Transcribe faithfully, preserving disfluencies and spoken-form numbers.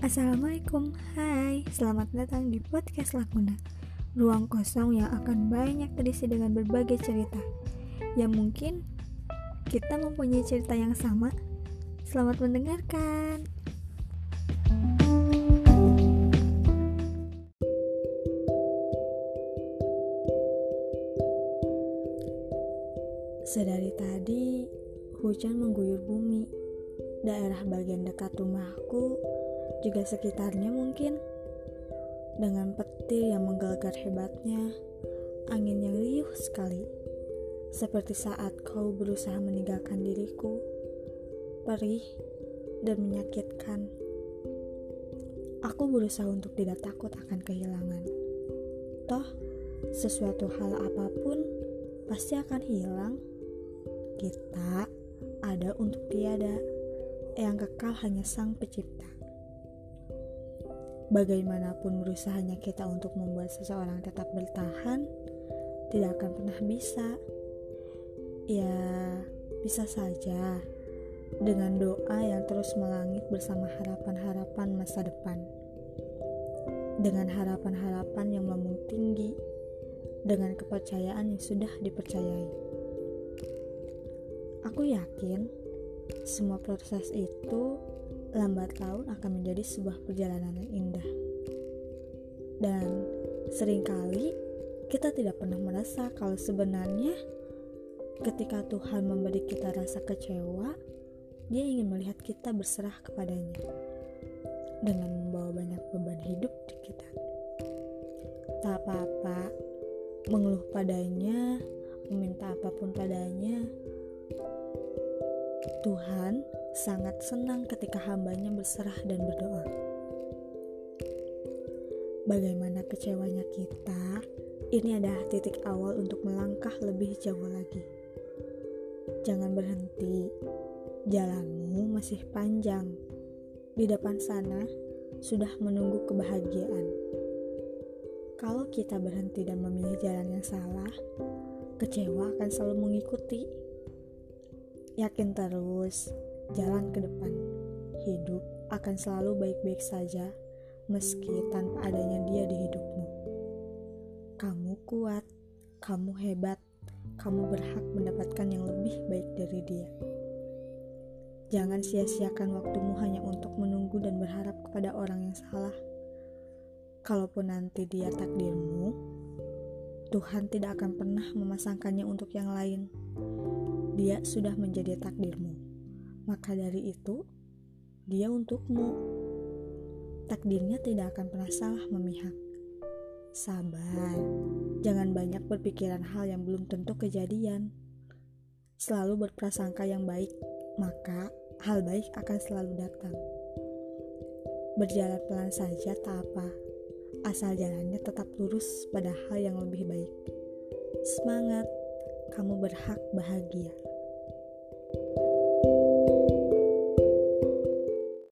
Assalamualaikum, hai, selamat datang di podcast Lakuna, ruang kosong yang akan banyak terisi dengan berbagai cerita. Ya mungkin kita mempunyai cerita yang sama. Selamat mendengarkan. Sedari tadi, hujan mengguyur bumi, daerah bagian dekat rumahku, juga sekitarnya mungkin. Dengan petir yang menggelegar hebatnya, angin yang riuh sekali, seperti saat kau berusaha meninggalkan diriku, perih dan menyakitkan. Aku berusaha untuk tidak takut akan kehilangan. Toh, sesuatu hal apapun pasti akan hilang. Kita ada untuk tiada, yang kekal hanya Sang Pencipta. Bagaimanapun berusahanya kita untuk membuat seseorang tetap bertahan, tidak akan pernah bisa. Ya, bisa saja dengan doa yang terus melangit bersama harapan-harapan masa depan. Dengan harapan-harapan yang melambung tinggi, dengan kepercayaan yang sudah dipercayai. Aku yakin semua proses itu lambat laun akan menjadi sebuah perjalanan yang indah. Dan seringkali kita tidak pernah merasa kalau sebenarnya ketika Tuhan memberi kita rasa kecewa, Dia ingin melihat kita berserah kepadanya dengan membawa banyak beban hidup di kita. Tak apa-apa, mengeluh padanya, meminta apapun padanya. Tuhan sangat senang ketika hambanya berserah dan berdoa. Bagaimana kecewanya kita, ini adalah titik awal untuk melangkah lebih jauh lagi. Jangan berhenti, jalanmu masih panjang. Di depan sana sudah menunggu kebahagiaan. Kalau kita berhenti dan memilih jalan yang salah, kecewa akan selalu mengikuti. Yakin terus, jalan ke depan. Hidup akan selalu baik-baik saja, meski tanpa adanya Dia di hidupmu. Kamu kuat, kamu hebat, kamu berhak mendapatkan yang lebih baik dari Dia. Jangan sia-siakan waktumu hanya untuk menunggu dan berharap kepada orang yang salah. Kalaupun nanti dia takdirmu, Tuhan tidak akan pernah memasangkannya untuk yang lain. Dia sudah menjadi takdirmu, maka dari itu, Dia untukmu. Takdirnya tidak akan pernah salah memihak. Sabar, jangan banyak berpikiran hal yang belum tentu kejadian. Selalu berprasangka yang baik, maka hal baik akan selalu datang. Berjalan pelan saja tak apa, asal jalannya tetap lurus pada hal yang lebih baik. Semangat, kamu berhak bahagia.